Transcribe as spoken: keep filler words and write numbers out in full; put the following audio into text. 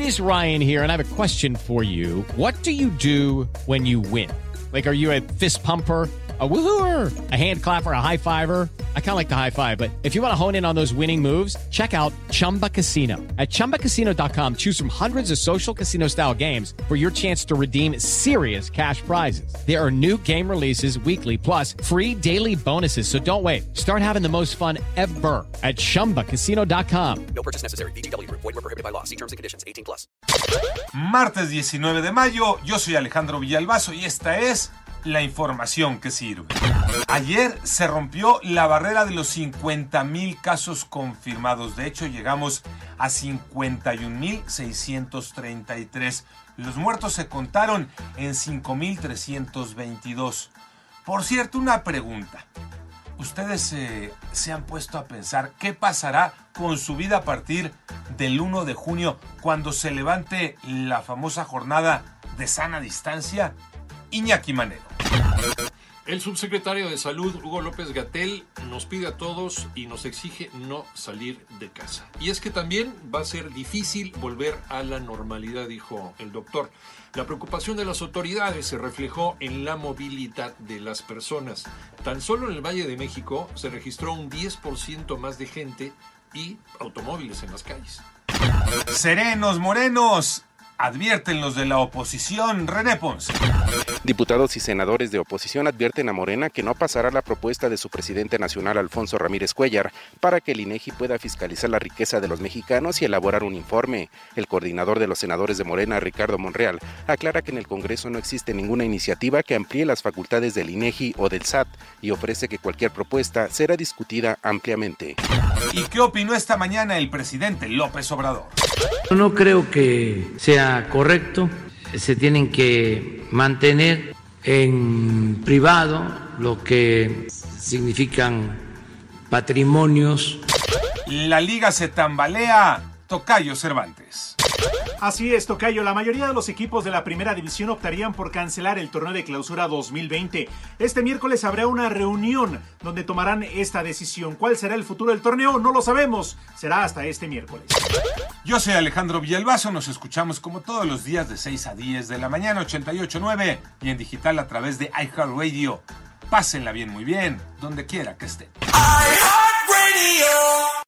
It is Ryan here, and I have a question for you. What do you do when you win? Like, are you a fist pumper, a woohooer, a hand clapper, a high fiver? I kind of like the high five, but if you want to hone in on those winning moves, check out Chumba Casino. At chumba casino dot com, choose from hundreds of social casino style games for your chance to redeem serious cash prizes. There are new game releases weekly, plus free daily bonuses. So don't wait. Start having the most fun ever at chumba casino dot com. No purchase necessary. V G W Group. Void where prohibited by law. See terms and conditions. eighteen plus. Martes diecinueve de mayo, yo soy Alejandro Villalbazo y esta es la información que sirve. Ayer se rompió la barrera de los cincuenta mil casos confirmados. De hecho, llegamos a cincuenta y un mil seiscientos treinta y tres. Los muertos se contaron en cinco mil trescientos veintidós. Por cierto, una pregunta. ¿Ustedes eh, se han puesto a pensar qué pasará con su vida a partir del primero de junio cuando se levante la famosa jornada de sana distancia? Iñaki Manero. El subsecretario de Salud, Hugo López-Gatell, nos pide a todos y nos exige no salir de casa. Y es que también va a ser difícil volver a la normalidad, dijo el doctor. La preocupación de las autoridades se reflejó en la movilidad de las personas. Tan solo en el Valle de México se registró un diez por ciento más de gente y automóviles en las calles. Serenos, morenos, advierten los de la oposición. René Ponce. Diputados y senadores de oposición advierten a Morena que no pasará la propuesta de su presidente nacional, Alfonso Ramírez Cuellar, para que el INEGI pueda fiscalizar la riqueza de los mexicanos y elaborar un informe. El coordinador de los senadores de Morena, Ricardo Monreal, aclara que en el Congreso no existe ninguna iniciativa que amplíe las facultades del INEGI o del S A T y ofrece que cualquier propuesta será discutida ampliamente. ¿Y qué opinó esta mañana el presidente López Obrador? No creo que sea correcto. Se tienen que mantener en privado lo que significan patrimonios. La liga se tambalea. Tocayo Cervantes. Así es, Tocayo. La mayoría de los equipos de la primera división optarían por cancelar el torneo de clausura dos mil veinte. Este miércoles habrá una reunión donde tomarán esta decisión. ¿Cuál será el futuro del torneo? No lo sabemos. Será hasta este miércoles. Yo soy Alejandro Villalbazo. Nos escuchamos como todos los días de seis a diez de la mañana, ochenta y ocho punto nueve y en digital a través de iHeartRadio. Pásenla bien, muy bien, donde quiera que estén. iHeartRadio.